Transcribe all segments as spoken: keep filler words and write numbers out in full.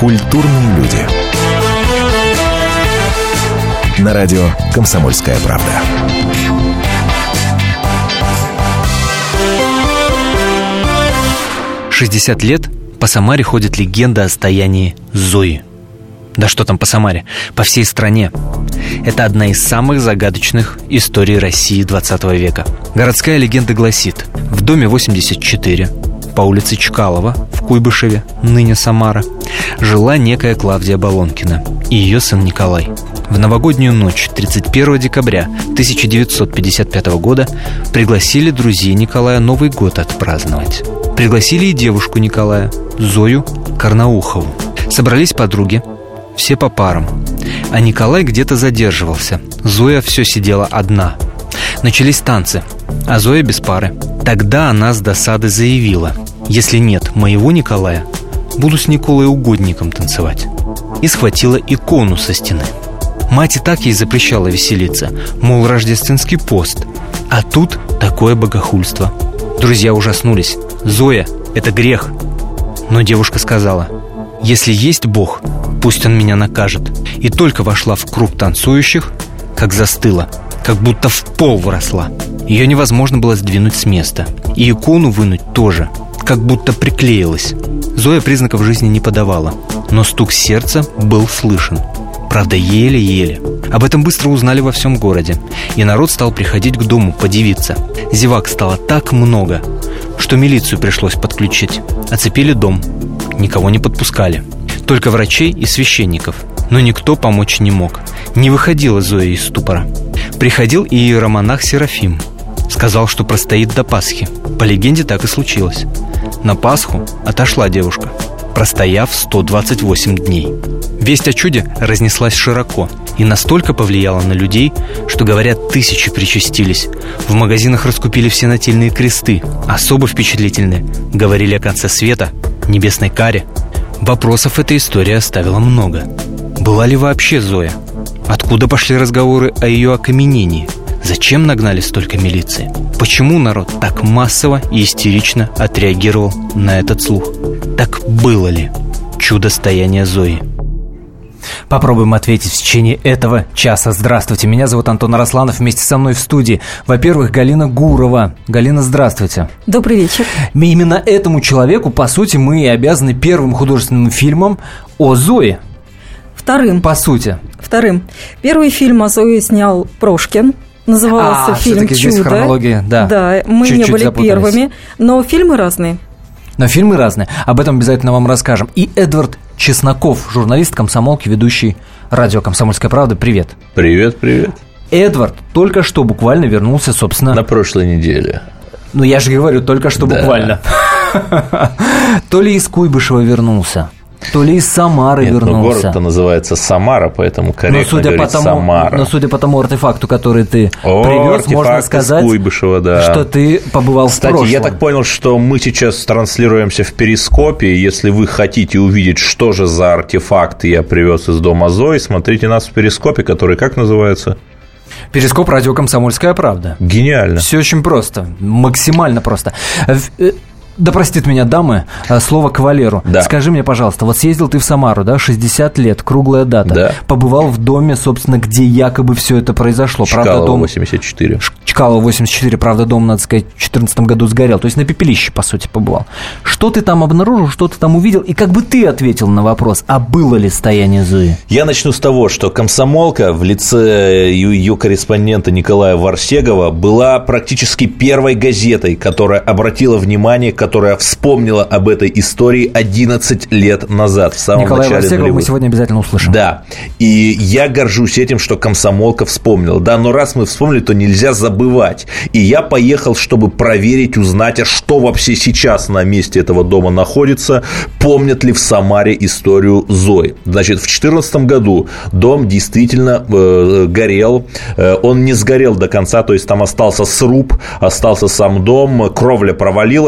Культурные люди. На радио «Комсомольская правда». шестьдесят лет по Самаре ходит легенда о стоянии Зои. Да что там по Самаре, по всей стране. Это одна из самых загадочных историй России двадцатого века. Городская легенда гласит: в доме восемьдесят четыре по улице Чкалова в Куйбышеве, ныне Самара, жила некая Клавдия Болонкина и ее сын Николай. В новогоднюю ночь тридцать первого декабря тысяча девятьсот пятьдесят пятого года пригласили друзей Николая Новый год отпраздновать. Пригласили и девушку Николая, Зою Карнаухову. Собрались подруги, все по парам. А Николай где-то задерживался. Зоя все сидела одна. Начались танцы, а Зоя без пары. Тогда она с досады заявила: если нет моего Николая, буду с Николой Угодником танцевать. И схватила икону со стены. Мать и так ей запрещала веселиться, мол, рождественский пост. А тут такое богохульство. Друзья ужаснулись. Зоя, это грех. Но девушка сказала: если есть Бог, пусть он меня накажет. И только вошла в круг танцующих, как застыла, как будто в пол вросла. Ее невозможно было сдвинуть с места. И икону вынуть тоже, как будто приклеилась. Зоя признаков жизни не подавала, но стук сердца был слышен. Правда, еле-еле. Об этом быстро узнали во всем городе, и народ стал приходить к дому подивиться. Зевак стало так много, что милицию пришлось подключить. Оцепили дом, никого не подпускали. Только врачей и священников. Но никто помочь не мог. Не выходила Зоя из ступора. Приходил и иеромонах Серафим. Сказал, что простоит до Пасхи. По легенде, так и случилось. На Пасху отошла девушка, простояв сто двадцать восемь дней. Весть о чуде разнеслась широко и настолько повлияла на людей, что, говорят, тысячи причастились. В магазинах раскупили все нательные кресты. Особо впечатлительны говорили о конце света, небесной каре. Вопросов эта история оставила много. Была ли вообще Зоя? Откуда пошли разговоры о ее окаменении? Зачем нагнали столько милиции? Почему народ так массово и истерично отреагировал на этот слух? Так было ли чудо стояния Зои? Попробуем ответить в течение этого часа. Здравствуйте, меня зовут Антон Арасланов. Вместе со мной в студии, во-первых, Галина Гурова. Галина, здравствуйте. Добрый вечер. Именно этому человеку, по сути, мы и обязаны первым художественным фильмом о Зое. Вторым. По сути. Вторым. Первый фильм о Зое снял Прошкин. Назывался а, фильм «Чудо». Здесь хронология, да. Да, мы Чуть-чуть не были запутались. первыми, но фильмы разные. Но фильмы разные. Об этом обязательно вам расскажем. И Эдвард Чесноков, журналист комсомолки, ведущий радио «Комсомольская правда». Привет. Привет, привет. Эдвард только что буквально вернулся, собственно... На прошлой неделе. Ну, я же говорю, только что да. буквально. То ли из Куйбышева вернулся, то ли из Самары Нет, вернулся. Ну, город-то называется Самара, поэтому корректно говорить тому, Самара. Но судя по тому артефакту, который ты О, привез, можно сказать, Куйбышева, да. что ты побывал Кстати, в прошлом. я так понял, что мы сейчас транслируемся в Перископе. Если вы хотите увидеть, что же за артефакты я привез из дома Зои, смотрите нас в Перископе, который как называется? Перископ радио «Комсомольская правда». Гениально. Все очень просто, максимально просто. Да простит меня дамы, слово кавалеру. Да. Скажи мне, пожалуйста, вот съездил ты в Самару, да, шестьдесят лет, круглая дата. Да. Побывал в доме, собственно, где якобы все это произошло. Чкалова, правда, дом... восемьдесят четыре. Чкалова, восемьдесят четыре, правда, дом, надо сказать, в две тысячи четырнадцатом году сгорел. То есть на пепелище, по сути, побывал. Что ты там обнаружил, что ты там увидел, и как бы ты ответил на вопрос, а было ли стояние Зои? Я начну с того, что «Комсомолка» в лице ее корреспондента Николая Варсегова была практически первой газетой, которая обратила внимание, которая вспомнила об этой истории одиннадцать лет назад, в самом Николая начале Варсегова нулевых. мы сегодня обязательно услышим. Да, и я горжусь этим, что «Комсомолка» вспомнила. Да, но раз мы вспомнили, то нельзя забывать. И я поехал, чтобы проверить, узнать, а что вообще сейчас на месте этого дома находится, помнят ли в Самаре историю Зои. Значит, в две тысячи четырнадцатом году дом действительно э, горел. Э, он не сгорел до конца, то есть там остался сруб, остался сам дом, кровля провалилась, но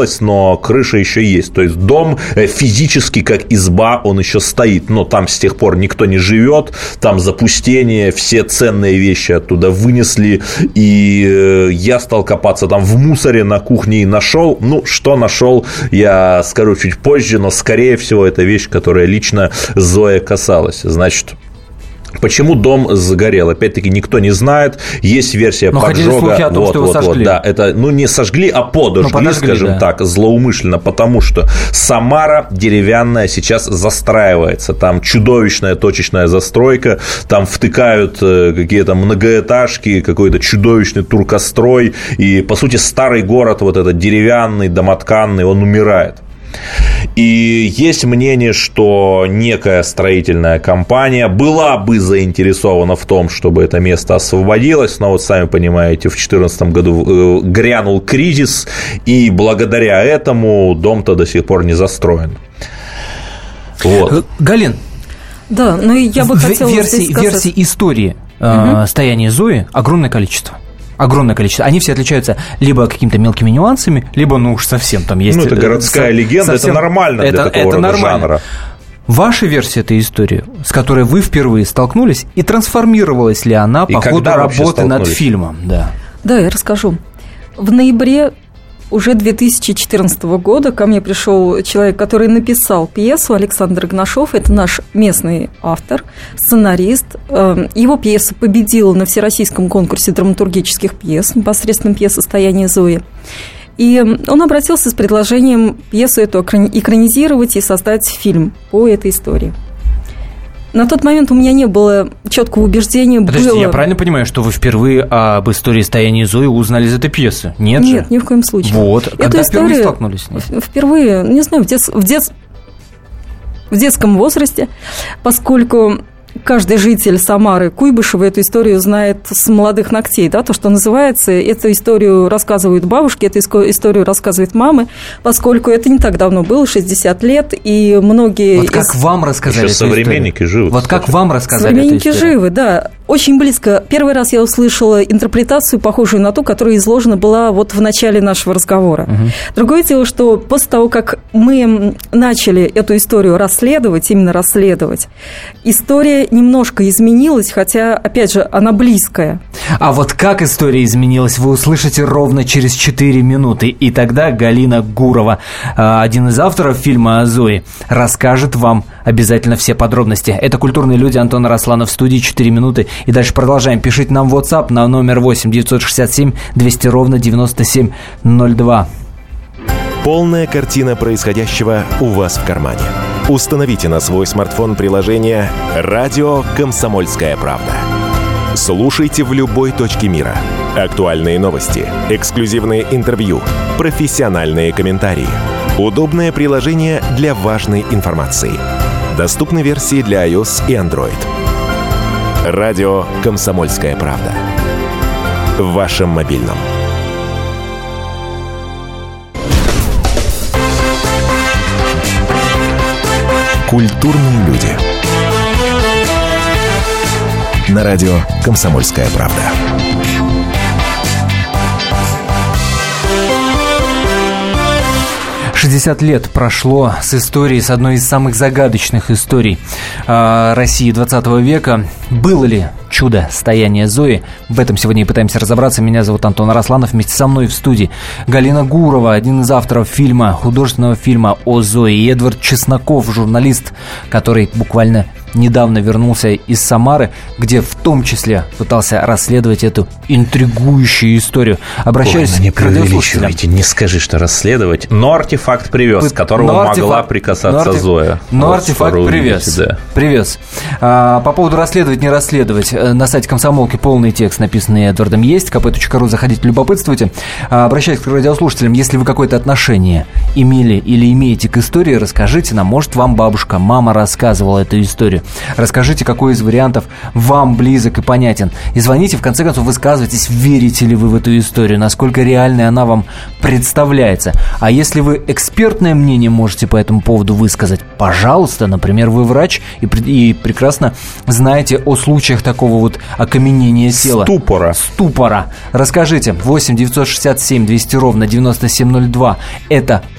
но крыша еще есть. То есть дом физически, как изба, он еще стоит, но там с тех пор никто не живет, там запустение, все ценные вещи оттуда вынесли, и я стал копаться там в мусоре на кухне и нашел, ну, что нашел, я скажу чуть позже, но, скорее всего, это вещь, которая лично Зоя касалась. Значит, почему дом сгорел? Опять-таки, никто не знает. Есть версия но поджога. Слухи о том, вот, что его вот, сожгли. вот, да. Это, ну, не сожгли, а подожгли, ну, подожгли, скажем да. так, злоумышленно, потому что Самара деревянная сейчас застраивается. Там чудовищная точечная застройка, там втыкают какие-то многоэтажки, какой-то чудовищный туркострой, и, по сути, старый город, вот этот деревянный, домотканный, он умирает. И есть мнение, что некая строительная компания была бы заинтересована в том, чтобы это место освободилось, но вот сами понимаете, в две тысячи четырнадцатом году грянул кризис, и благодаря этому дом-то до сих пор не застроен. Вот. Галин, да, ну я бы хотела версии, здесь сказать... версии истории угу. э, стояния Зои огромное количество. Огромное количество. Они все отличаются либо какими-то мелкими нюансами, либо, ну уж совсем там есть... Ну, это городская со- легенда, совсем... это нормально для это, такого это рода нормально. Жанра. Ваша версия этой истории, с которой вы впервые столкнулись, и трансформировалась ли она по и ходу работы над фильмом? Да. да, я расскажу. В ноябре уже две тысячи четырнадцатого года ко мне пришел человек, который написал пьесу, Александр Игнашов, это наш местный автор, сценарист. Его пьеса победила на всероссийском конкурсе драматургических пьес, непосредственно пьеса «Стояние Зои». И он обратился с предложением пьесу эту экранизировать и создать фильм по этой истории. На тот момент у меня не было четкого убеждения. Подождите, было... я правильно понимаю, что вы впервые об истории стояния Зои узнали из этой пьесы? Нет, Нет же? ни в коем случае. Вот. Эту Когда историю впервые столкнулись с ней? Впервые, не знаю, в, дет... в, дет... в детском возрасте, поскольку каждый житель Самары, Куйбышева эту историю знает с молодых ногтей, да, то, что называется, эту историю рассказывают бабушки, эту историю рассказывают мамы, поскольку это не так давно было, шестьдесят лет, и многие... Вот как из... вам рассказали Еще эту современники историю? живы. Вот кстати. как вам рассказали Современники эту историю? живы, да. Очень близко. Первый раз я услышала интерпретацию, похожую на ту, которая изложена была вот в начале нашего разговора. Угу. Другое дело, что после того, как мы начали эту историю расследовать, именно расследовать, история немножко изменилась, хотя, опять же, она близкая. А вот как история изменилась, вы услышите ровно через четыре минуты. И тогда Галина Гурова, один из авторов фильма о Зое, расскажет вам обязательно все подробности. Это «Культурные люди», Антон Арасланов в студии, четыре минуты. И дальше продолжаем. Пишите нам в WhatsApp на номер восемь девятьсот шестьдесят семь двести ровно девяносто семь ноль два. Полная картина происходящего у вас в кармане. Установите на свой смартфон приложение «Радио Комсомольская правда». Слушайте в любой точке мира. Актуальные новости, эксклюзивные интервью, профессиональные комментарии. Удобное приложение для важной информации. Доступны версии для iOS и Android. Радио «Комсомольская правда». В вашем мобильном. Культурные люди. На радио «Комсомольская правда». шестьдесят лет прошло с историей, с одной из самых загадочных историй э, России двадцатого века. Было ли чудо стояния Зои? В этом сегодня и пытаемся разобраться. Меня зовут Антон Арасланов. Вместе со мной в студии Галина Гурова, один из авторов фильма, художественного фильма о Зое, и Эдвард Чесноков, журналист, который буквально недавно вернулся из Самары, где в том числе пытался расследовать эту интригующую историю. Обращаюсь Ой, ну не к радиослушателям. Не скажи, что расследовать. Но артефакт привез, к которому но могла артефакт, прикасаться но артеф... Зоя. Но вот артефакт привез. Да. привез. А, по поводу расследовать, не расследовать. На сайте «Комсомолки» полный текст, написанный Эдвардом, есть. ка пэ точка ру, заходите, любопытствуйте. А, обращаюсь к радиослушателям. Если вы какое-то отношение имели или имеете к истории, расскажите нам. Может, вам бабушка, мама рассказывала эту историю. Расскажите, какой из вариантов вам близок и понятен. И звоните, в конце концов, высказывайтесь, верите ли вы в эту историю, насколько реальной она вам представляется. А если вы экспертное мнение можете по этому поводу высказать, пожалуйста, например, вы врач и, и прекрасно знаете о случаях такого вот окаменения тела. Ступора. Ступора. Расскажите. восемь девятьсот шестьдесят семь двести ровно девяносто семь ноль два. Это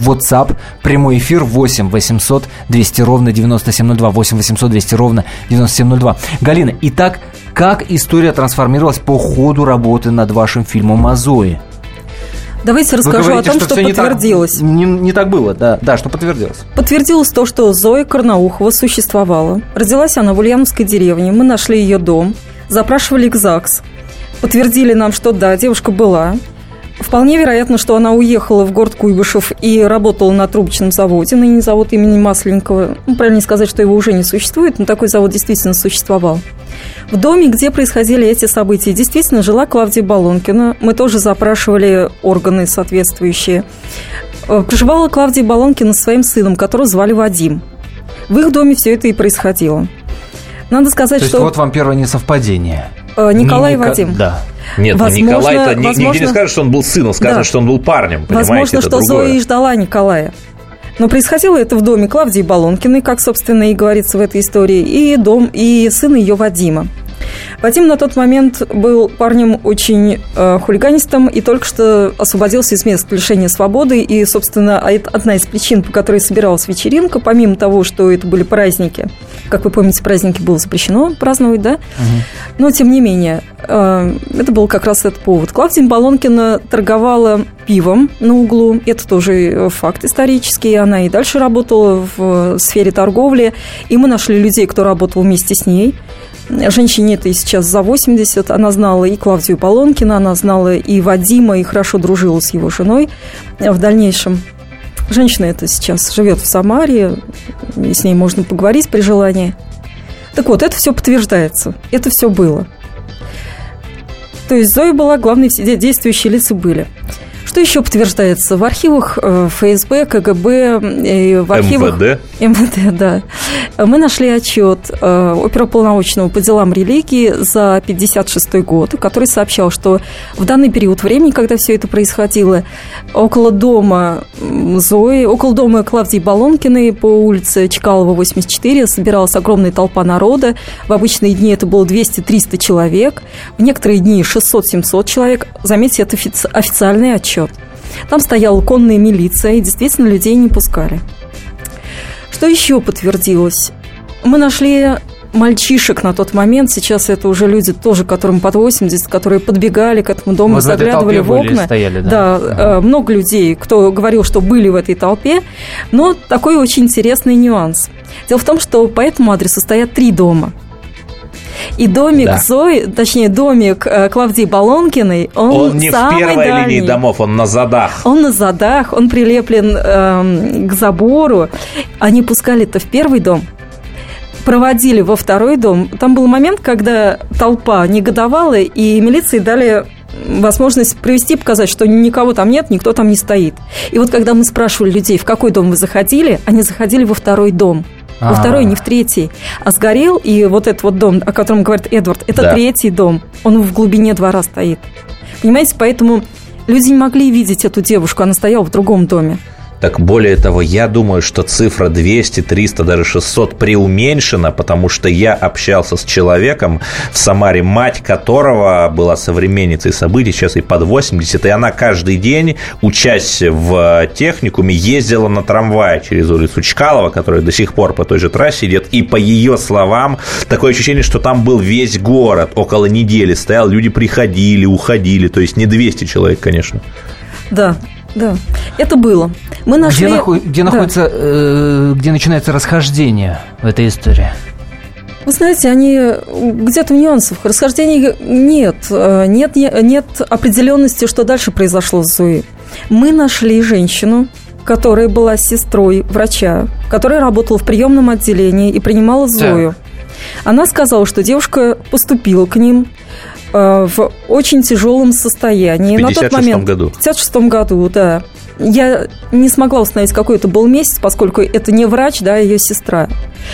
WhatsApp, прямой эфир восемь восемьсот двести ровно девяносто семь ноль два, восемь восемьсот двести ровно девяносто семь ноль два. Галина, итак, как история трансформировалась по ходу работы над вашим фильмом о Зое? Давайте расскажу говорите, о том, что, что подтвердилось. Не так, не, не так было, да, да, что подтвердилось. Подтвердилось то, что Зоя Карнаухова существовала. Родилась она в Ульяновской деревне. Мы нашли ее дом, запрашивали к ЗАГС. Подтвердили нам, что да, девушка была. Вполне вероятно, что она уехала в город Куйбышев и работала на трубочном заводе, ныне завод имени Масленникова. Ну, правильно сказать, что его уже не существует, но такой завод действительно существовал. В доме, где происходили эти события, действительно жила Клавдия Балонкина. Мы тоже запрашивали органы соответствующие. Проживала Клавдия Балонкина со своим сыном, которого звали Вадим. В их доме все это и происходило. Надо сказать, То что... есть вот вам первое несовпадение. Николай не, и Вадим. Да. Нет, возможно, Николай-то возможно, нигде не скажет, что он был сыном, сказано, да. что он был парнем. Возможно, что другое. Зоя и ждала Николая. Но происходило это в доме Клавдии Балонкиной, как, собственно, и говорится в этой истории, и дом, и сына ее Вадима. Вадим на тот момент был парнем очень э, хулиганистым и только что освободился из мест лишения свободы. И, собственно, одна из причин, по которой собиралась вечеринка, помимо того, что это были праздники, как вы помните, праздники было запрещено праздновать, да? Угу. Но, тем не менее, э, это был как раз этот повод. Клавдия Балонкина торговала пивом на углу. Это тоже факт исторический. Она и дальше работала в сфере торговли. И мы нашли людей, кто работал вместе с ней. Женщине этой сейчас за восемьдесят. Она знала и Клавдию Балонкину, она знала и Вадима, и хорошо дружила с его женой в дальнейшем. Женщина эта сейчас живет в Самаре, и с ней можно поговорить при желании. Так вот, это все подтверждается, это все было. То есть Зоя была главной, все действующие лица были. Что еще подтверждается? В архивах ФСБ, КГБ, и в архивах... МВД? МВД, да. Мы нашли отчет оперуполномоченного по делам религии за пятьдесят шестой год, который сообщал, что в данный период времени, когда все это происходило, около дома Зои, около дома Клавдии Балонкиной по улице Чкалова, восемьдесят четыре, собиралась огромная толпа народа. В обычные дни это было двести-триста человек, в некоторые дни шестьсот-семьсот человек. Заметьте, это официальный отчет. Там стояла конная милиция, и действительно людей не пускали. Что еще подтвердилось? Мы нашли мальчишек на тот момент, сейчас это уже люди тоже, которым под восемьдесят, которые подбегали к этому дому, вот заглядывали в окна. Стояли, да? Да, ага. Много людей, кто говорил, что были в этой толпе, но такой очень интересный нюанс. Дело в том, что по этому адресу стоят три дома. И домик да. Зои, точнее, домик Клавдии Балонкиной, он, он не самый в первой дальний. линии домов, он на задах. Он на задах, он прилеплен э, к забору. Они пускали это в первый дом, проводили во второй дом. Там был момент, когда толпа негодовала, и милиции дали возможность провести, показать, что никого там нет, никто там не стоит. И вот когда мы спрашивали людей, в какой дом вы заходили, они заходили во второй дом. Во А-а-а. второй, не в третий. А сгорел, и вот этот вот дом, о котором говорит Эдвард, это да. третий дом. Он в глубине двора стоит. Понимаете, поэтому люди не могли видеть эту девушку, она стояла в другом доме. Так более того, я думаю, что цифра двести, триста, даже шестьсот преуменьшена, потому что я общался с человеком в Самаре, мать которого была современницей событий, сейчас ей под восемьдесят, и она каждый день, учась в техникуме, ездила на трамвае через улицу Чкалова, которая до сих пор по той же трассе идет, и по ее словам, такое ощущение, что там был весь город, около недели стоял, люди приходили, уходили, то есть не двести человек, конечно. Да. Да, это было. Мы нашли... Где, нахо... где да. находится, э, где начинается расхождение в этой истории? Вы знаете, они где-то в нюансах. Расхождений нет. Нет, нет определенности, что дальше произошло с Зоей. Мы нашли женщину, которая была сестрой врача, которая работала в приемном отделении и принимала Зою. Так. Она сказала, что девушка поступила к ним в очень тяжелом состоянии. В пятьдесят шестом на тот момент, году. В пятьдесят шестом году, да. Я не смогла установить, какой это был месяц, поскольку это не врач, да, ее сестра.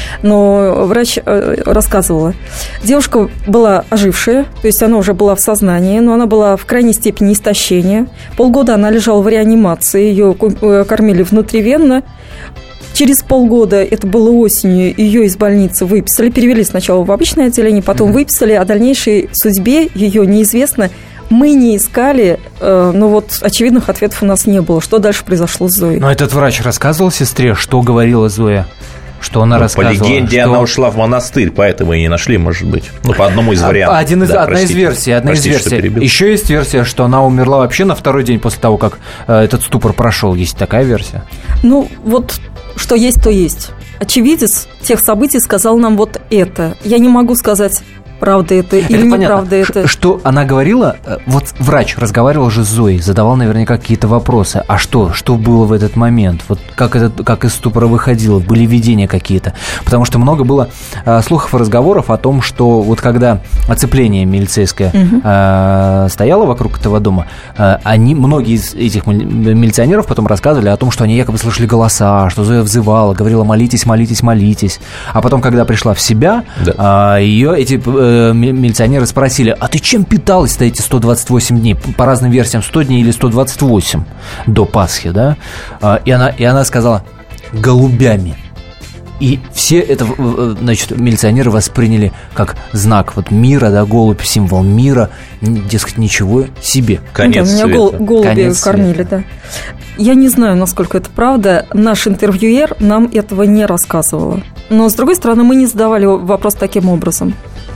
Но врач рассказывала. Девушка была ожившая, то есть она уже была в сознании, но она была в крайней степени истощения. Полгода она лежала в реанимации, ее кормили внутривенно. Через полгода, это было осенью, ее из больницы выписали, перевели сначала в обычное отделение, потом mm-hmm. выписали, о дальнейшей судьбе ее неизвестно Мы не искали, но вот очевидных ответов у нас не было. Что дальше произошло с Зоей? Но этот врач рассказывал сестре, что говорила Зоя? Что она ну, рассказывала? По легенде, что... она ушла в монастырь, поэтому и не нашли, может быть. Ну, по одному из вариантов. Один из, да, одна простите, из версий. Одна простите, из версий. Еще есть версия, что она умерла вообще на второй день после того, как э, этот ступор прошел. Есть такая версия? Ну, вот что есть, то есть. Очевидец тех событий сказал нам вот это. Я не могу сказать... Правда это или это неправда это? Что она говорила? Вот врач разговаривал же с Зоей, задавал наверняка какие-то вопросы. А что? Что было в этот момент? Вот как, это, как из ступора выходило? Были видения какие-то? Потому что много было а, слухов и разговоров о том, что вот когда оцепление милицейское угу. а, стояло вокруг этого дома, а, они, многие из этих милиционеров потом рассказывали о том, что они якобы слышали голоса, что Зоя взывала, говорила: молитесь, молитесь, молитесь. А потом, когда пришла в себя, да. а, ее эти... милиционеры спросили: а ты чем питалась-то эти сто двадцать восемь дней? По разным версиям, сто дней или сто двадцать восемь до Пасхи, да? И она, и она сказала: голубями. И все это, значит, милиционеры восприняли как знак вот мира, да, голубь, символ мира, дескать, ничего себе. Конец ну, да, меня света. Голуби Конец кормили, света. да. Я не знаю, насколько это правда. Наш интервьюер нам этого не рассказывала. Но, с другой стороны, мы не задавали вопрос таким образом.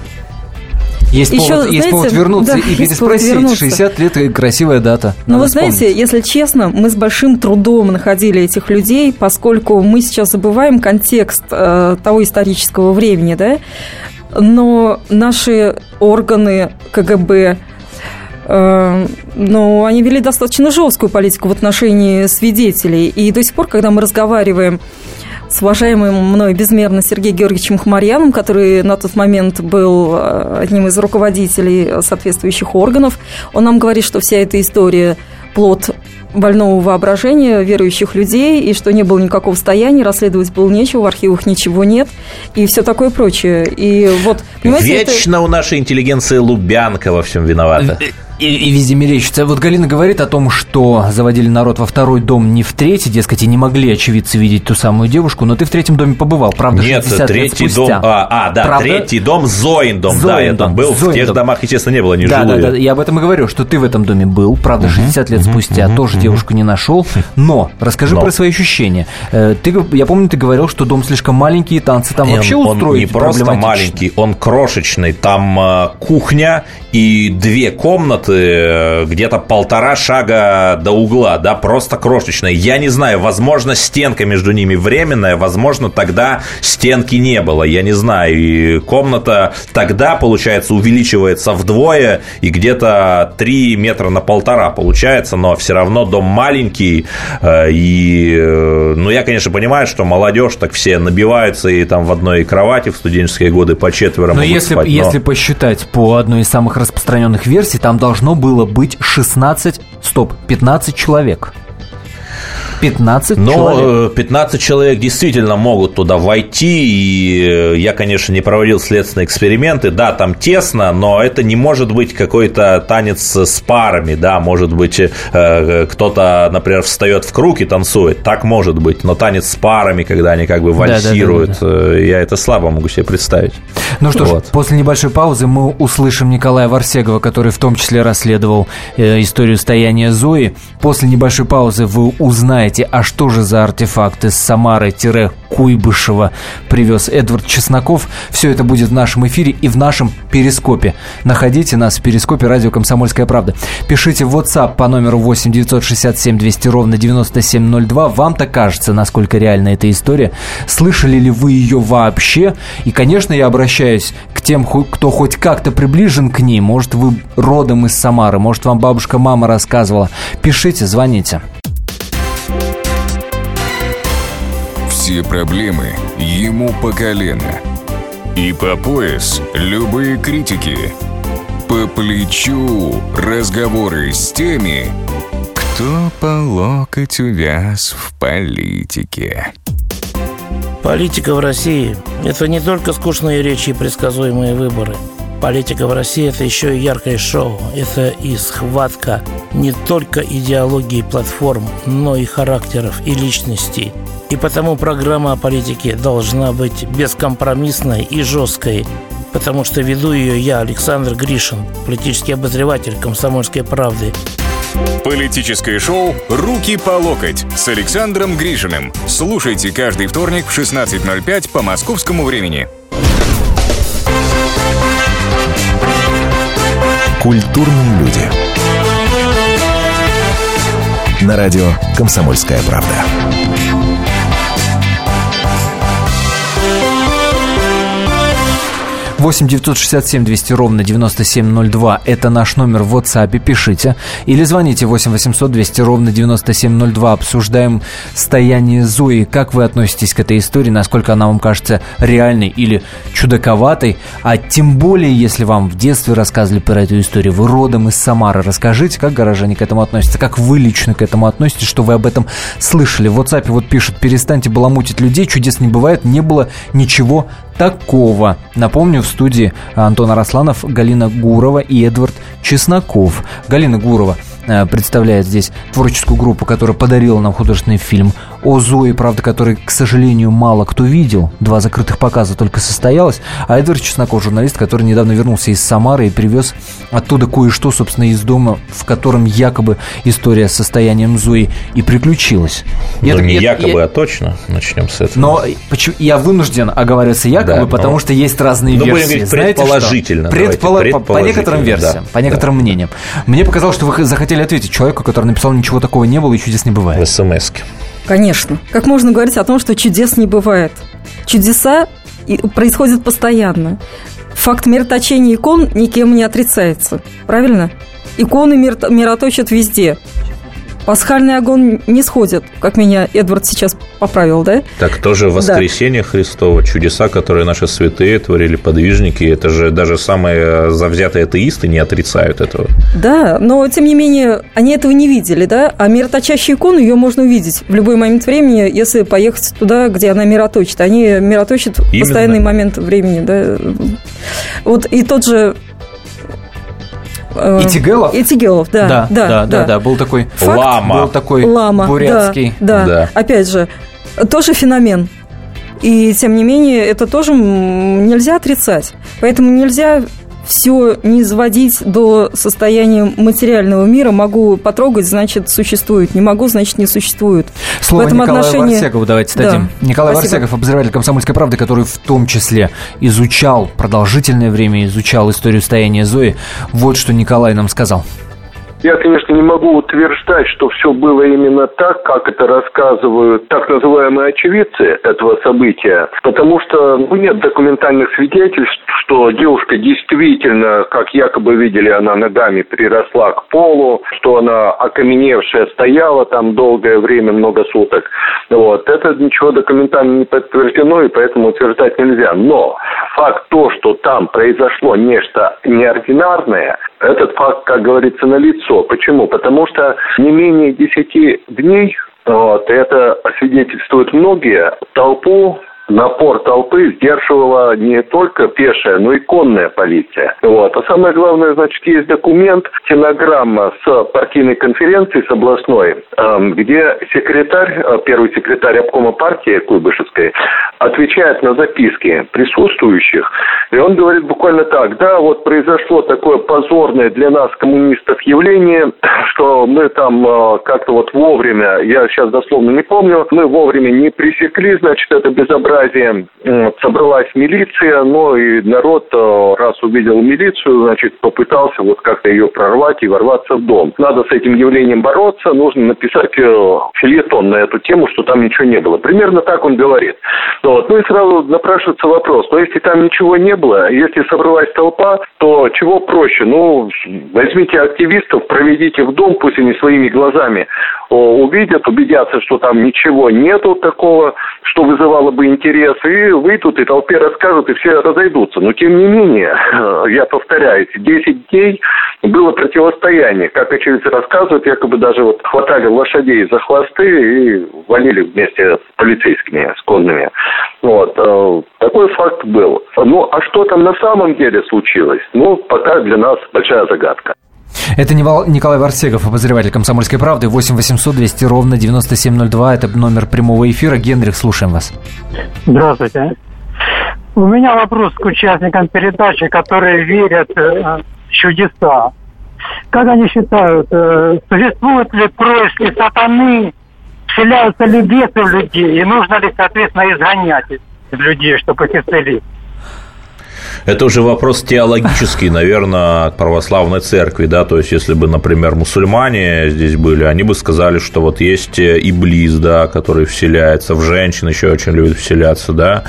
Есть, Еще, повод, знаете, есть повод вернуться да, и переспросить. шестьдесят лет – красивая дата. Но вы вспомнить. знаете, если честно, мы с большим трудом находили этих людей, поскольку мы сейчас забываем контекст э, того исторического времени, да? Но наши органы КГБ, э, ну, они вели достаточно жесткую политику в отношении свидетелей. И до сих пор, когда мы разговариваем с уважаемым мной безмерно Сергеем Георгиевичем Хмарьяном, который на тот момент был одним из руководителей соответствующих органов, он нам говорит, что вся эта история плод больного воображения верующих людей, и что не было никакого состояния, расследовать было нечего, в архивах ничего нет, и все такое прочее. И вот, вечно это... у нашей интеллигенции Лубянка во всем виновата. И, и везде мерещится. Вот Галина говорит о том, что заводили народ во второй дом, не в третий, дескать, и не могли очевидцы видеть ту самую девушку, но ты в третьем доме побывал, правда, нет, третий дом, а, а, да, правда? Третий дом, Зоин дом, Зоин да, я там был, Зоин в тех дом. Домах, естественно, не было, не да, жилые. Да, да, я об этом и говорю, что ты в этом доме был, правда, uh-huh, шестьдесят лет uh-huh, спустя, uh-huh, тоже uh-huh. девушку не нашел, но расскажи но. про свои ощущения. Ты, я помню, ты говорил, что дом слишком маленький, и танцы там и вообще он, устроить он не просто маленький, он крошечный, там э, кухня и две комнаты, где-то полтора шага до угла, да, просто крошечная. Я не знаю, возможно, стенка между ними временная, возможно, тогда стенки не было, я не знаю. И комната тогда, получается, увеличивается вдвое, и где-то три метра на полтора получается, но все равно дом маленький. И, ну, я, конечно, понимаю, что молодежь так все набиваются и там в одной кровати в студенческие годы по четверо но могут если, спать. Но если посчитать по одной из самых распространенных версий, там должно было быть шестнадцать, стоп, пятнадцать человек. пятнадцать Но человек. пятнадцать человек действительно могут туда войти, и я, конечно, не проводил следственные эксперименты, да, там тесно, но это не может быть какой-то танец с парами, да, может быть, кто-то, например, встает в круг и танцует, так может быть, но танец с парами, когда они как бы вальсируют, да, да, да, да. я это слабо могу себе представить. Ну что вот. ж, после небольшой паузы мы услышим Николая Варсегова, который в том числе расследовал э, историю стояния Зои. После небольшой паузы вы узнаете, а что же за артефакт из Самары-Куйбышева привез Эдвард Чесноков. Все это будет в нашем эфире и в нашем перископе. Находите нас в перископе радио «Комсомольская правда». Пишите в WhatsApp по номеру восемь девятьсот шестьдесят семь двести ровно девяносто семь ноль два. Вам-то кажется, насколько реальна эта история. Слышали ли вы ее вообще? И, конечно, я обращаюсь к тем, кто хоть как-то приближен к ней. Может, вы родом из Самары, может, вам бабушка-мама рассказывала. Пишите, звоните. Все проблемы ему по колено. И по пояс любые критики. По плечу разговоры с теми, кто по локоть увяз в политике. Политика в России – это не только скучные речи и предсказуемые выборы. Политика в России – это еще и яркое шоу. Это и схватка не только идеологии платформ, но и характеров и личностей. И потому программа о политике должна быть бескомпромиссной и жесткой. потому что веду ее я, Александр Гришин, политический обозреватель «Комсомольской правды». Политическое шоу «Руки по локоть» с Александром Гришиным. Слушайте каждый вторник в шестнадцать ноль пять по московскому времени. Культурные люди. На радио «Комсомольская правда». восемь девятьсот шестьдесят семь двести ровно девяносто семь ноль два. Это наш номер в WhatsApp. Пишите. Или звоните восемь восемьсот двести ровно девяносто семь ноль два. Обсуждаем состояние Зои. Как вы относитесь к этой истории? Насколько она вам кажется реальной или чудаковатой? А тем более, если вам в детстве рассказывали про эту историю, вы родом из Самары. Расскажите, как горожане к этому относятся? Как вы лично к этому относитесь? Что вы об этом слышали? В WhatsApp вот пишут: перестаньте баламутить людей. Чудес не бывает. Не было ничего такого. Напомню, в студии Антон Арасланов, Галина Гурова и Эдвард Чесноков. Галина Гурова представляет здесь творческую группу, которая подарила нам художественный фильм о Зое, правда, который, к сожалению, мало кто видел. Два закрытых показа только состоялось. А Эдвард Чесноков, журналист, который недавно вернулся из Самары и привез оттуда кое-что, собственно, из дома, в котором якобы история с состоянием Зои и приключилась. Ну, я, не я, якобы, я, а точно. Начнем с этого. Но почему, я вынужден оговариваться якобы, да, потому но... что есть разные ну, версии. Будем говорить Знаете, предположительно. Предполо... Предположительно. По, по некоторым версиям, да, по некоторым да. мнениям. Мне показалось, что вы захотели ответить человеку, который написал: ничего такого не было и чудес не бывает. В смс-ке. Конечно. Как можно говорить о том, что чудес не бывает? Чудеса происходят постоянно. Факт мироточения икон никем не отрицается. Правильно? Иконы мироточат везде. Пасхальный огонь не сходит, как меня Эдвард сейчас поправил, да? Так тоже воскресение да. Христово, чудеса, которые наши святые творили, подвижники, это же даже самые завзятые атеисты не отрицают этого. Да, но тем не менее они этого не видели, да? А мироточащую икону ее можно увидеть в любой момент времени, если поехать туда, где она мироточит. Они мироточат в Именно. Постоянный момент времени, да? Вот и тот же... Итигелов? Итигелов, да. Да, да, да, да, да. Был такой Факт, лама. Был такой лама, бурятский. Да, да. да, опять же, тоже феномен. И, тем не менее, это тоже нельзя отрицать. Поэтому нельзя все не изводить до состояния материального мира. Могу потрогать, значит, существует. Не могу, значит, не существует. Слово Николаю отношении... Варсегову давайте дадим. Да. Николай Спасибо. Варсегов, обозреватель «Комсомольской правды», который в том числе изучал, продолжительное время изучал историю состояния Зои. Вот что Николай нам сказал. Я, конечно, не могу утверждать, что все было именно так, как это рассказывают так называемые очевидцы этого события, потому что ну, нет документальных свидетельств, что девушка действительно, как якобы видели, она ногами приросла к полу, что она окаменевшая стояла там долгое время, много суток. Вот. Это ничего документально не подтверждено, и поэтому утверждать нельзя. Но факт то, что там произошло нечто неординарное, этот факт, как говорится, налицо. Почему? Потому что не менее десяти дней, вот, это свидетельствуют многие, толпу, напор толпы сдерживала не только пешая, но и конная полиция. Вот. А самое главное, значит, есть документ, стенограмма с партийной конференции, с областной, где секретарь, первый секретарь обкома партии Куйбышевской отвечает на записки присутствующих, и он говорит буквально так: да, вот произошло такое позорное для нас, коммунистов, явление, что мы там как-то вот вовремя, я сейчас дословно не помню, мы вовремя не пресекли, значит, это безобразие. Собралась милиция, но и народ, раз увидел милицию, значит, попытался вот как-то ее прорвать и ворваться в дом. Надо с этим явлением бороться, нужно написать фельетон на эту тему, что там ничего не было. Примерно так он говорит. Вот. Ну и сразу напрашивается вопрос: но если там ничего не было, если собралась толпа, то чего проще? Ну, возьмите активистов, проведите в дом, пусть они своими глазами увидят, убедятся, что там ничего нету такого, что вызывало бы интерес, и выйдут, и толпе расскажут, и все разойдутся. Но, тем не менее, я повторяюсь, десять дней было противостояние. Как очевидцы рассказывают, якобы даже вот хватали лошадей за хвосты и валили вместе с полицейскими, с конными. Вот. Такой факт был. Ну, а что там на самом деле случилось? Ну, пока для нас большая загадка. Это Николай Варсегов, обозреватель «Комсомольской правды». восемь восемьсот двести ровно девяносто семь ноль два. Это номер прямого эфира. Генрих, слушаем вас. Здравствуйте. У меня вопрос к участникам передачи, которые верят э, в чудеса. Как они считают, э, существуют ли происки сатаны, вселяются ли бесы в людей, и нужно ли, соответственно, изгонять людей, чтобы их исцелить? Это уже вопрос теологический, наверное, к православной церкви, да, то есть, если бы, например, мусульмане здесь были, они бы сказали, что вот есть иблис, да, который вселяется в женщин, еще очень любит вселяться, да,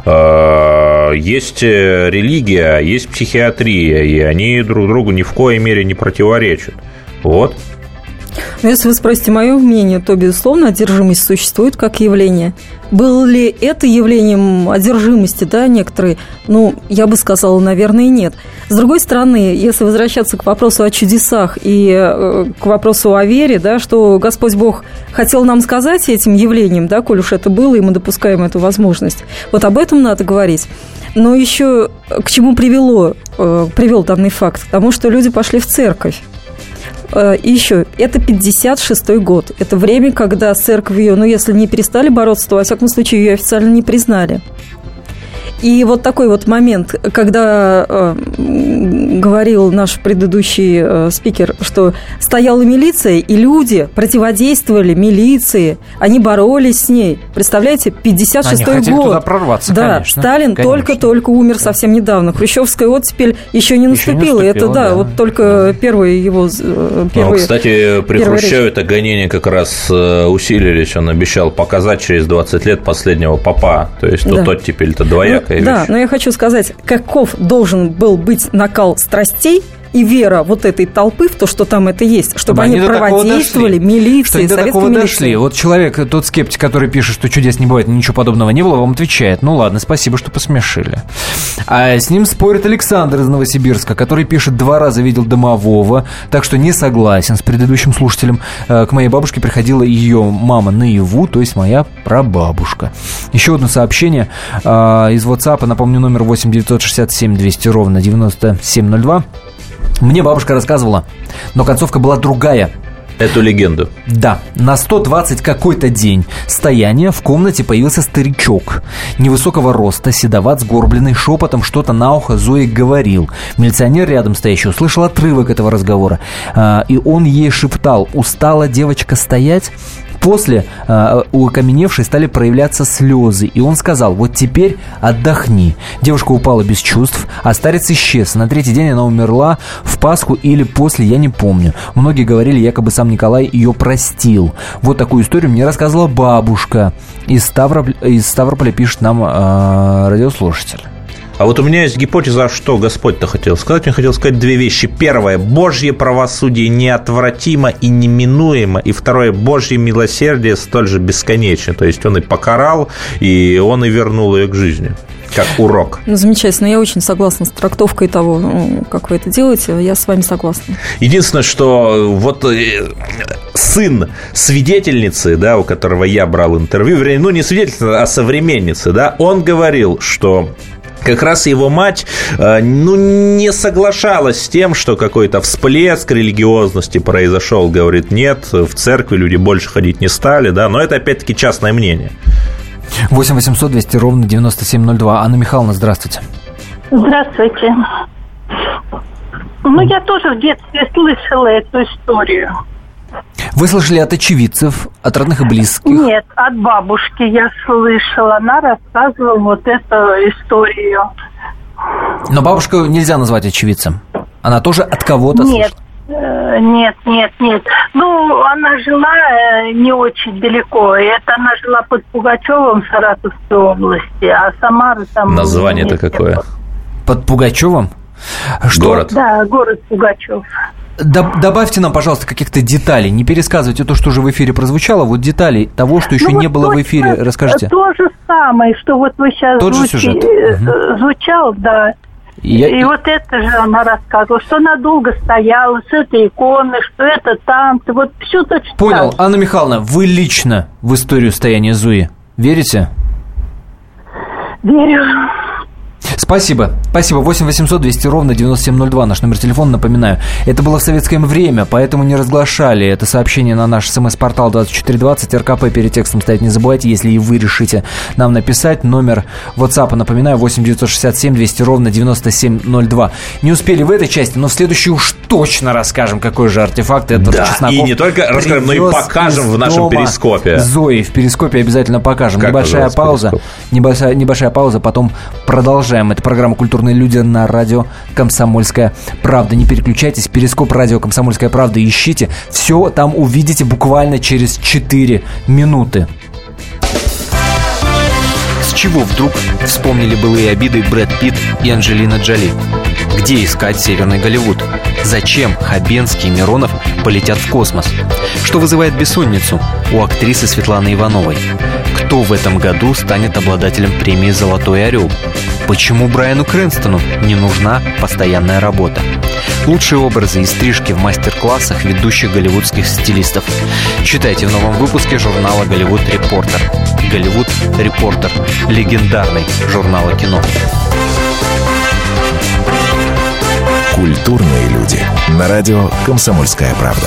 есть религия, есть психиатрия, и они друг другу ни в коей мере не противоречат, вот. Но если вы спросите мое мнение, то, безусловно, одержимость существует как явление. Было ли это явлением одержимости, да, некоторые? Ну, я бы сказала, наверное, нет. С другой стороны, если возвращаться к вопросу о чудесах и э, к вопросу о вере, да, что Господь Бог хотел нам сказать этим явлением, да, коль уж это было, и мы допускаем эту возможность, вот об этом надо говорить. Но еще к чему привело, э, привел данный факт? К тому, что люди пошли в церковь. И еще, это пятьдесят шестой год. Это время, когда с церковью, ну, если не перестали бороться, то, во всяком случае, ее официально не признали. И вот такой вот момент, когда э, говорил наш предыдущий э, спикер, что стояла милиция, и люди противодействовали милиции, они боролись с ней. Представляете, пятьдесят шестой они хотели год. Туда прорваться, да, конечно. Сталин конечно. только-только умер да. совсем недавно. Хрущевская оттепель еще не наступила. Еще не наступила, это да, да, вот только да. первые его... Первые, ну, кстати, при Хрущеве это гонения как раз усилились. Он обещал показать через двадцать лет последнего попа. То есть да. тот теперь-то двоякая вещь. Да, но я хочу сказать, каков должен был быть накал страстей и вера вот этой толпы в то, что там это есть, чтобы они, они проводействовали, милиции, советской милиции. Дошли. Вот человек, тот скептик, который пишет, что чудес не бывает, ничего подобного не было, вам отвечает: ну ладно, спасибо, что посмешили. А с ним спорит Александр из Новосибирска, который пишет: два раза видел домового, так что не согласен с предыдущим слушателем. К моей бабушке приходила ее мама наяву, то есть моя прабабушка. Еще одно сообщение из WhatsApp, напомню, номер восемь девятьсот шестьдесят семь двести ровно девяносто семь ноль два. Мне бабушка рассказывала, но концовка была другая. Эту легенду. Да. На сто двадцать какой-то день стояния в комнате появился старичок. Невысокого роста, седоват, сгорбленный, шепотом что-то на ухо Зои говорил. Милиционер рядом стоящий услышал отрывок этого разговора. И он ей шептал: устала девочка стоять? После э, у окаменевшей стали проявляться слезы, и он сказал: вот теперь отдохни. Девушка упала без чувств, а старец исчез. На третий день она умерла, в Пасху или после, я не помню. Многие говорили, якобы сам Николай ее простил. Вот такую историю мне рассказывала бабушка. Из Ставрополя, из Ставрополя пишет нам э, радиослушатель. А вот у меня есть гипотеза, что Господь-то хотел сказать. Он хотел сказать две вещи. Первое: Божье правосудие неотвратимо и неминуемо. И второе: Божье милосердие столь же бесконечно. То есть он и покарал, и он и вернул ее к жизни. Как урок. Ну, замечательно. Я очень согласна с трактовкой того, ну, как вы это делаете. Я с вами согласна. Единственное, что вот сын свидетельницы, да, у которого я брал интервью, вернее, ну, не свидетельница, а современницы, да, он говорил, что как раз его мать, ну, не соглашалась с тем, что какой-то всплеск религиозности произошел. Говорит, нет, в церкви люди больше ходить не стали, да, но это опять-таки частное мнение. восемь восемьсот двести ровно девяносто семь ноль два. Анна Михайловна, здравствуйте. Здравствуйте. Ну, я тоже в детстве слышала эту историю. Вы слышали от очевидцев, от родных и близких? Нет, от бабушки я слышала. Она рассказывала вот эту историю. Но бабушку нельзя назвать очевидцем. Она тоже от кого-то нет, слышала? Нет, нет, нет. Ну, она жила не очень далеко. Это она жила под Пугачевым в Саратовской области, а Самара там... Название-то какое? Под Пугачевым? Что? Город. Да, город Пугачев. Добавьте нам, пожалуйста, каких-то деталей. Не пересказывайте то, что уже в эфире прозвучало. Вот детали того, что еще ну, не вот было в эфире. Расскажите. То же самое, что вот вы сейчас Тот звуч... же сюжет. звучал, да. Я... И вот это же она рассказывала, что она долго стояла с этой иконы, что это танцы. Вот все точно. Понял. Так. Анна Михайловна, вы лично в историю стояния Зои верите? Верю. Спасибо. Спасибо. восемь восемьсот двести ровно девяносто семь ноль два. Наш номер телефона, напоминаю. Это было в советское время, поэтому не разглашали это сообщение на наш смс-портал двадцать четыре двадцать. РКП перед текстом ставить не забывайте. Если и вы решите нам написать, номер WhatsApp, напоминаю, восемь девятьсот шестьдесят семь двести ровно девяносто семь ноль два. Не успели в этой части, но в следующей уж точно расскажем, какой же артефакт этот да, Чесноков и не только расскажем, но и покажем в нашем перископе. Зои в перископе обязательно покажем. Как небольшая пауза. Небольшая, небольшая пауза, потом продолжаем. Это программа «Культурные люди» на радио «Комсомольская правда». Не переключайтесь, перископ радио «Комсомольская правда» ищите. Все там увидите буквально через четыре минуты. С чего вдруг вспомнили былые обиды Брэд Питт и Анджелина Джоли? Где искать Северный Голливуд? Зачем Хабенский и Миронов полетят в космос? Что вызывает бессонницу у актрисы Светланы Ивановой? Кто в этом году станет обладателем премии «Золотой орел»? Почему Брайану Крэнстону не нужна постоянная работа? Лучшие образы и стрижки в мастер-классах ведущих голливудских стилистов. Читайте в новом выпуске журнала «Голливуд Репортер». «Голливуд Репортер» – легендарный журнал о кино. Культурные люди. На радио «Комсомольская правда».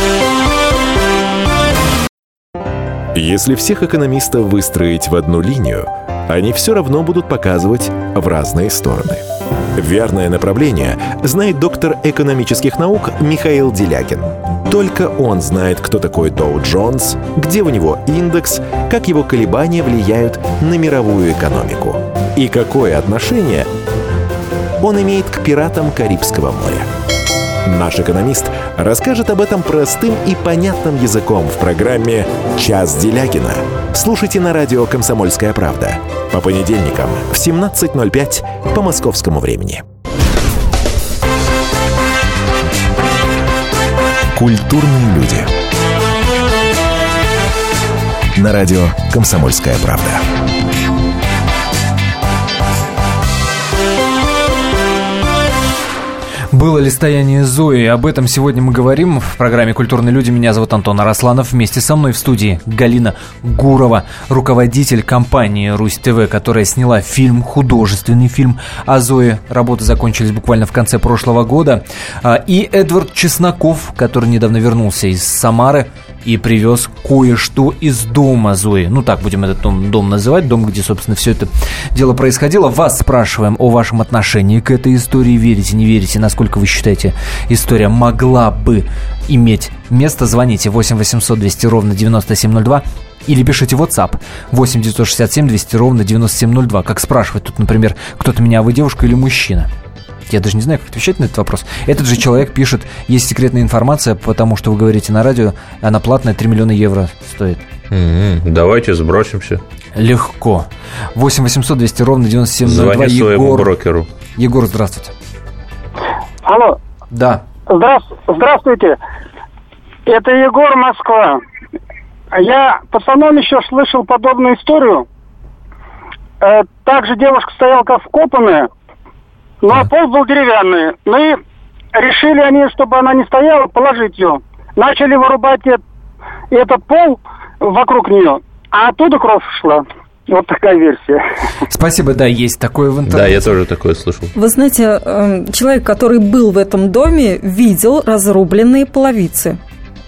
Если всех экономистов выстроить в одну линию, они все равно будут показывать в разные стороны. Верное направление знает доктор экономических наук Михаил Делягин. Только он знает, кто такой Доу Джонс, где у него индекс, как его колебания влияют на мировую экономику и какое отношение он имеет к пиратам Карибского моря. Наш экономист расскажет об этом простым и понятным языком в программе «Час Делягина». Слушайте на радио «Комсомольская правда» по понедельникам в семнадцать ноль пять по московскому времени. Культурные люди. На радио «Комсомольская правда». Было ли стояние Зои? Об этом сегодня мы говорим в программе «Культурные люди». Меня зовут Антон Арасланов. Вместе со мной в студии Галина Гурова, руководитель компании «Русь ТВ», которая сняла фильм, художественный фильм о Зое. Работы закончились буквально в конце прошлого года. И Эдвард Чесноков, который недавно вернулся из Самары и привез кое-что из дома Зои. Ну, так будем этот дом, дом называть, дом, где, собственно, все это дело происходило. Вас спрашиваем о вашем отношении к этой истории. Верите, не верите? Насколько вы считаете, история могла бы иметь место? Звоните восемь восемьсот двести ровно девяносто семь ноль два или пишите в WhatsApp восемь девятьсот шестьдесят семь двести ровно девяносто семь ноль два. Как спрашивать тут, например, кто-то меня, а вы девушка или мужчина? Я даже не знаю, как отвечать на этот вопрос. Этот же человек пишет: есть секретная информация, потому что вы говорите на радио, она платная, три миллиона евро стоит. Mm-hmm. Давайте сбросимся. Легко. восемь восемьсот двести ровно девяносто семь ноль два. Звони своему Егор. брокеру. Егор, здравствуйте. Алло. Да. Здра... Здравствуйте. Это Егор, Москва. Я пацаном еще слышал подобную историю. Э, также девушка стояла как вкопанная, но а. пол был деревянный. Ну и решили они, чтобы она не стояла, положить ее. Начали вырубать этот, этот пол вокруг нее, а оттуда кровь шла. Вот такая версия. Спасибо, да, есть такое в интернете. Да, я тоже такое слышал. Вы знаете, человек, который был в этом доме, видел разрубленные половицы.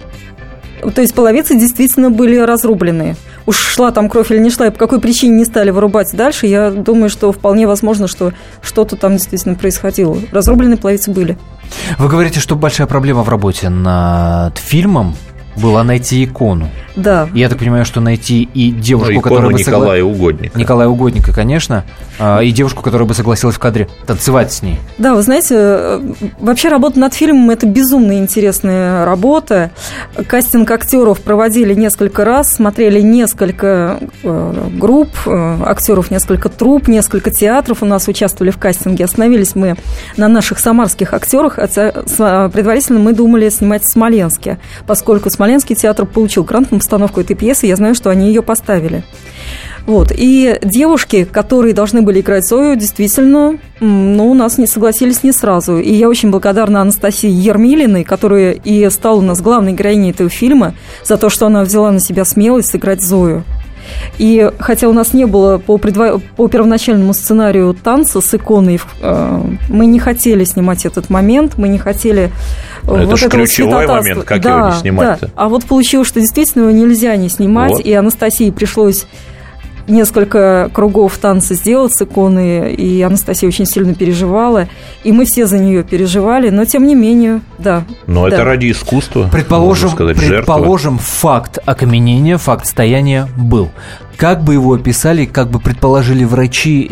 То есть половицы действительно были разрубленные. Уж шла там кровь или не шла, и по какой причине не стали вырубать дальше, я думаю, что вполне возможно, что что-то там действительно происходило. Разрубленные половицы были. Вы говорите, что большая проблема в работе над фильмом была найти икону. Да. Я так понимаю, что найти и девушку, ну, которая бы Николая согла... Угодника. Николая Угодника, конечно, и девушку, которая бы согласилась в кадре танцевать с ней. Да, вы знаете, вообще работа над фильмом – это безумно интересная работа. Кастинг актеров проводили несколько раз, смотрели несколько групп актеров, несколько труп, несколько театров у нас участвовали в кастинге. Остановились мы на наших самарских актерах, хотя предварительно мы думали снимать в Смоленске, поскольку Смоленский театр получил грант на постановку этой пьесы, я знаю, что они ее поставили. Вот. И девушки, которые должны были играть Зою, действительно, ну, у нас не согласились не сразу. И я очень благодарна Анастасии Ермилиной, которая и стала у нас главной героиней этого фильма, за то, что она взяла на себя смелость сыграть Зою. И хотя у нас не было по, предво... по первоначальному сценарию танца с иконой, мы не хотели снимать этот момент, мы не хотели... Это вот же ключевой момент, как да, его не снимать-то? Да. А вот получилось, что действительно его нельзя не снимать, вот. И Анастасии пришлось несколько кругов танца сделать с иконой, и Анастасия очень сильно переживала, и мы все за нее переживали, но тем не менее, да. Но да. это ради искусства, предположим, сказать, предположим, факт окаменения, факт стояния был. Как бы его описали, как бы предположили врачи,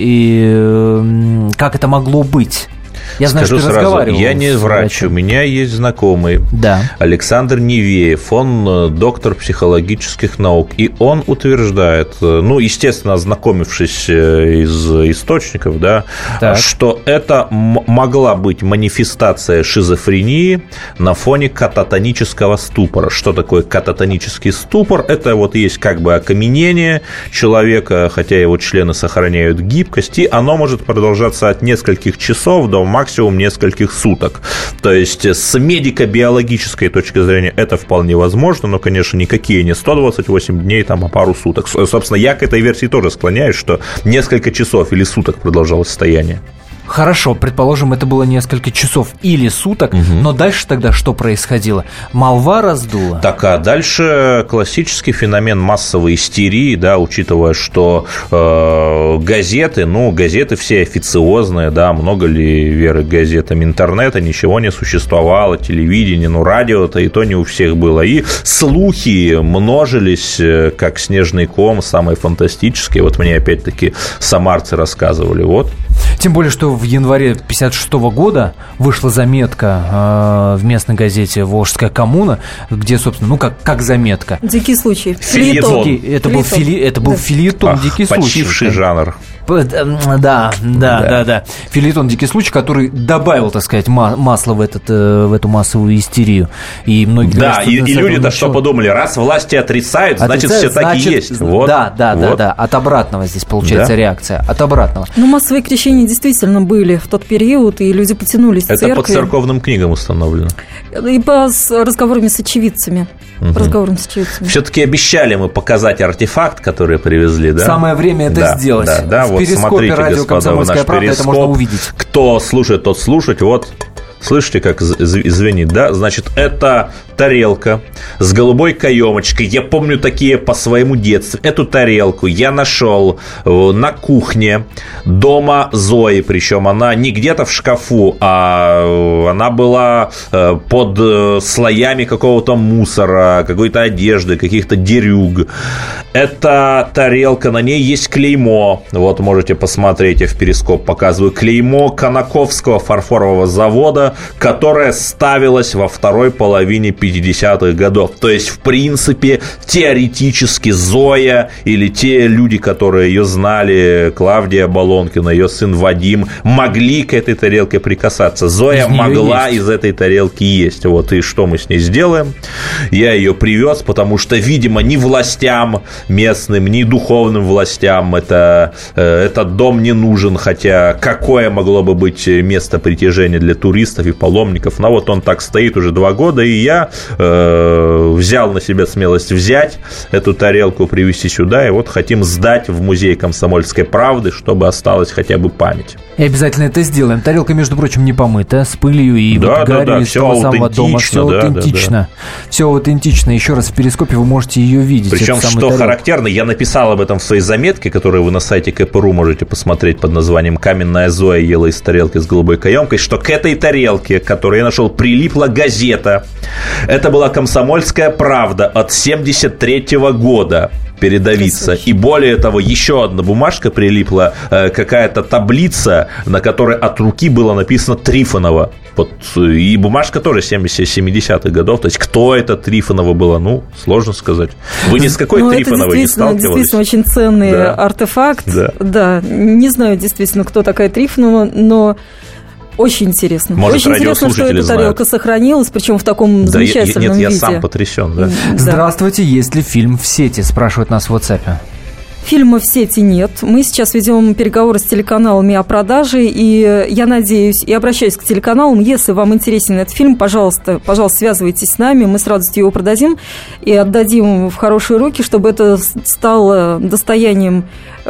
и как это могло быть? Я знаю, Скажу что ты сразу, разговаривал. я не врач, у меня есть знакомый, да. Александр Невеев, он доктор психологических наук, и он утверждает, ну, естественно, ознакомившись из источников, да, так. что это м- могла быть манифестация шизофрении на фоне кататонического ступора. Что такое кататонический ступор? Это вот есть как бы окаменение человека, хотя его члены сохраняют гибкость, и оно может продолжаться от нескольких часов до максимум нескольких суток. То есть с медико-биологической точки зрения это вполне возможно, но, конечно, никакие не сто двадцать восемь дней, там, а пару суток. Собственно, я к этой версии тоже склоняюсь, что несколько часов или суток продолжалось состояние. Хорошо, предположим, это было несколько часов или суток, угу. но дальше тогда что происходило? Молва раздула? Так, а дальше классический феномен массовой истерии, да, учитывая, что э, газеты, ну, газеты все официозные, да, много ли веры газетам, интернета ничего не существовало, телевидение, ну, радио-то и то не у всех было, и слухи множились, как снежный ком, самые фантастические, вот мне опять-таки самарцы рассказывали, вот. Тем более, что в январе пятьдесят шестого года вышла заметка э, в местной газете «Волжская коммуна», где, собственно, ну, как, как заметка. Дикий случай. Фельетон. Это был, фили, это был филитон «Дикий случай». Почивший жанр. Да, да, да, да, да. Филитон «Дикий случай», который добавил, так сказать, масло в, этот, в эту массовую истерию. И многие да, и, и люди-то что подумали? Раз власти отрицают, значит, отрицают, все так и есть. Вот. Да, да, вот. да, да. От обратного здесь получается да. реакция. От обратного. Ну, массовые крещения действительно были в тот период, и люди потянулись в церкви. Это по церковным книгам установлено. И по с разговорами с очевидцами. Угу. По разговорам с очевидцами. Все-таки обещали мы показать артефакт, который привезли, да? Самое время это да, сделать. Да, да, вот смотрите, радио господа, в наш правда, перископ. Это можно увидеть. Кто слушает, тот слушать. Вот, слышите, как звенит, да? Значит, это тарелка с голубой каемочкой. Я помню такие по своему детству. Эту тарелку я нашел на кухне дома Зои. Причем она не где-то в шкафу, а она была под слоями какого-то мусора, какой-то одежды, каких-то дерюг. Эта тарелка, на ней есть клеймо. Вот можете посмотреть, я в перископ показываю. Клеймо Конаковского фарфорового завода, которое ставилось во второй половине пятидесятых годов. То есть, в принципе, теоретически Зоя или те люди, которые ее знали, Клавдия Болонкина, ее сын Вадим, могли к этой тарелке прикасаться. Зоя могла из этой тарелки есть. Вот, и что мы с ней сделаем? Я ее привез, потому что, видимо, ни властям местным, ни духовным властям это, этот дом не нужен, хотя какое могло бы быть место притяжения для туристов и паломников. Но вот он так стоит уже два года, и я э, взял на себя смелость взять эту тарелку, привезти сюда, и вот хотим сдать в музей Комсомольской правды, чтобы осталась хотя бы память. И обязательно это сделаем. Тарелка, между прочим, не помыта, с пылью и да, вот да, гарью да, из того самого дома. Все да, аутентично. Да, да. Все аутентично. Еще раз в перископе вы можете ее видеть. Причем, что тарелку. Характерно, я написал об этом в своей заметке, которую вы на сайте ка пэ эр у можете посмотреть под названием «Каменная Зоя ела из тарелки с голубой каемкой», что к этой тарелке, которую я нашел, прилипла газета. Это была «Комсомольская правда» от семьдесят третьего года. Передавиться. И более того, еще одна бумажка прилипла, э, какая-то таблица, на которой от руки было написано Трифонова. Вот, и бумажка тоже семидесятых годов. То есть, кто это Трифонова была, ну, сложно сказать. Вы ни с какой ну, Трифоновой не сталкивались? Это действительно очень ценный да. артефакт. Да. да. Не знаю действительно, кто такая Трифонова, но... Очень интересно. Может, очень интересно, что эта тарелка знают. сохранилась, причем в таком да, замечательном я, нет, виде. Я сам потрясен, да? Здравствуйте, есть ли фильм в сети? Спрашивают нас в WhatsApp. Фильма в сети нет. Мы сейчас ведем переговоры с телеканалами о продаже, и я надеюсь, и обращаюсь к телеканалам, если вам интересен этот фильм, пожалуйста, пожалуйста, связывайтесь с нами, мы с радостью его продадим и отдадим в хорошие руки, чтобы это стало достоянием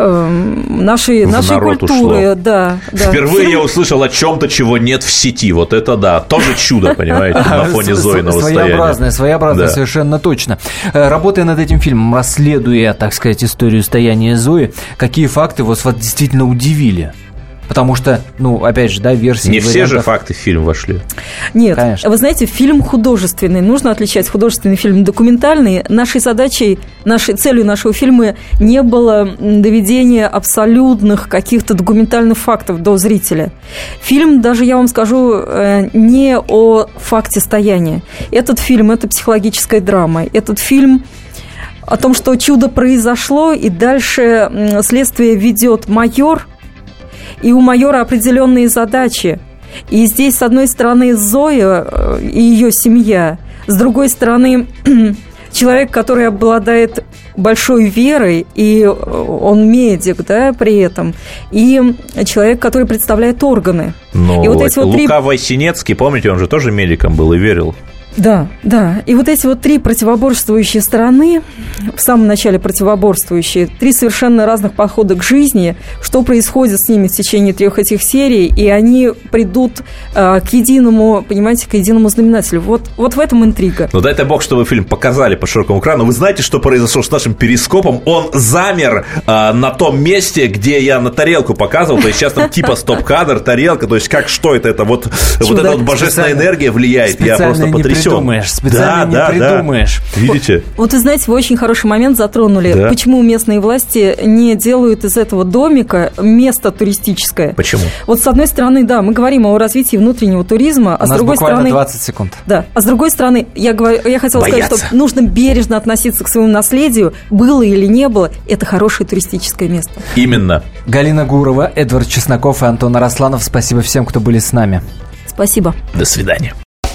э, нашей, нашей культуры. Да, да. Впервые я услышал о чем-то, чего нет в сети. Вот это да, тоже чудо, понимаете, на фоне Зоиного стояния. Своеобразное, своеобразное, совершенно точно. Работая над этим фильмом, расследуя, так сказать, историю стояния Зои, какие факты вас вот действительно удивили? Потому что, ну, опять же, да, версии... Не все же факты в фильм вошли. Нет, конечно. Вы знаете, фильм художественный. Нужно отличать художественный фильм и документальный. Нашей задачей, нашей целью нашего фильма не было доведение абсолютных каких-то документальных фактов до зрителя. Фильм, даже я вам скажу, не о факте стояния. Этот фильм – это психологическая драма. Этот фильм о том, что чудо произошло, и дальше следствие ведет майор, и у майора определенные задачи. И здесь, с одной стороны, Зоя и ее семья, с другой стороны, человек, который обладает большой верой, и он медик, да, при этом, и человек, который представляет органы. Ну, и вот эти вот Лука три... Войсинецкий, помните, он же тоже медиком был и верил. Да, да. И вот эти вот три противоборствующие стороны, в самом начале противоборствующие, три совершенно разных подхода к жизни, что происходит с ними в течение трех этих серий, и они придут э, к единому, понимаете, к единому знаменателю. Вот, вот в этом интрига. Ну, дай-то бог, что вы фильм показали по широкому экрану. Вы знаете, что произошло с нашим перископом? Он замер э, на том месте, где я на тарелку показывал. То есть сейчас там типа стоп-кадр, тарелка. То есть как, что это? Это вот, вот эта вот божественная энергия влияет. Я просто потрясен. Придумаешь, специально да, не да, придумаешь. Да. Видите? Вот, вот вы знаете, вы очень хороший момент затронули. Да. Почему местные власти не делают из этого домика место туристическое? Почему? Вот с одной стороны, да, мы говорим о развитии внутреннего туризма, а У с нас другой буквально стороны... двадцать секунд. Да, а с другой стороны, я, говорю, я хотела Боятся. сказать, что нужно бережно относиться к своему наследию, было или не было, это хорошее туристическое место. Именно. Галина Гурова, Эдвард Чесноков и Антон Арасланов. Спасибо всем, кто были с нами. Спасибо. До свидания.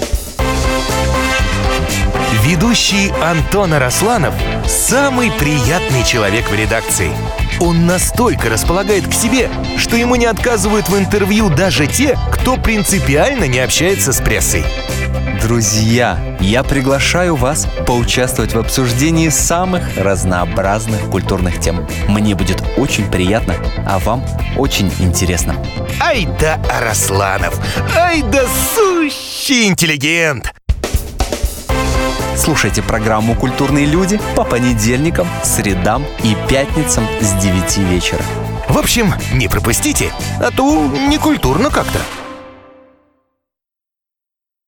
Ведущий Антон Арасланов – самый приятный человек в редакции. Он настолько располагает к себе, что ему не отказывают в интервью даже те, кто принципиально не общается с прессой. Друзья, я приглашаю вас поучаствовать в обсуждении самых разнообразных культурных тем. Мне будет очень приятно, а вам очень интересно. Ай да Арасланов! Ай да сущий интеллигент! Слушайте программу «Культурные люди» по понедельникам, средам и пятницам с девяти вечера. В общем, не пропустите, а то некультурно как-то.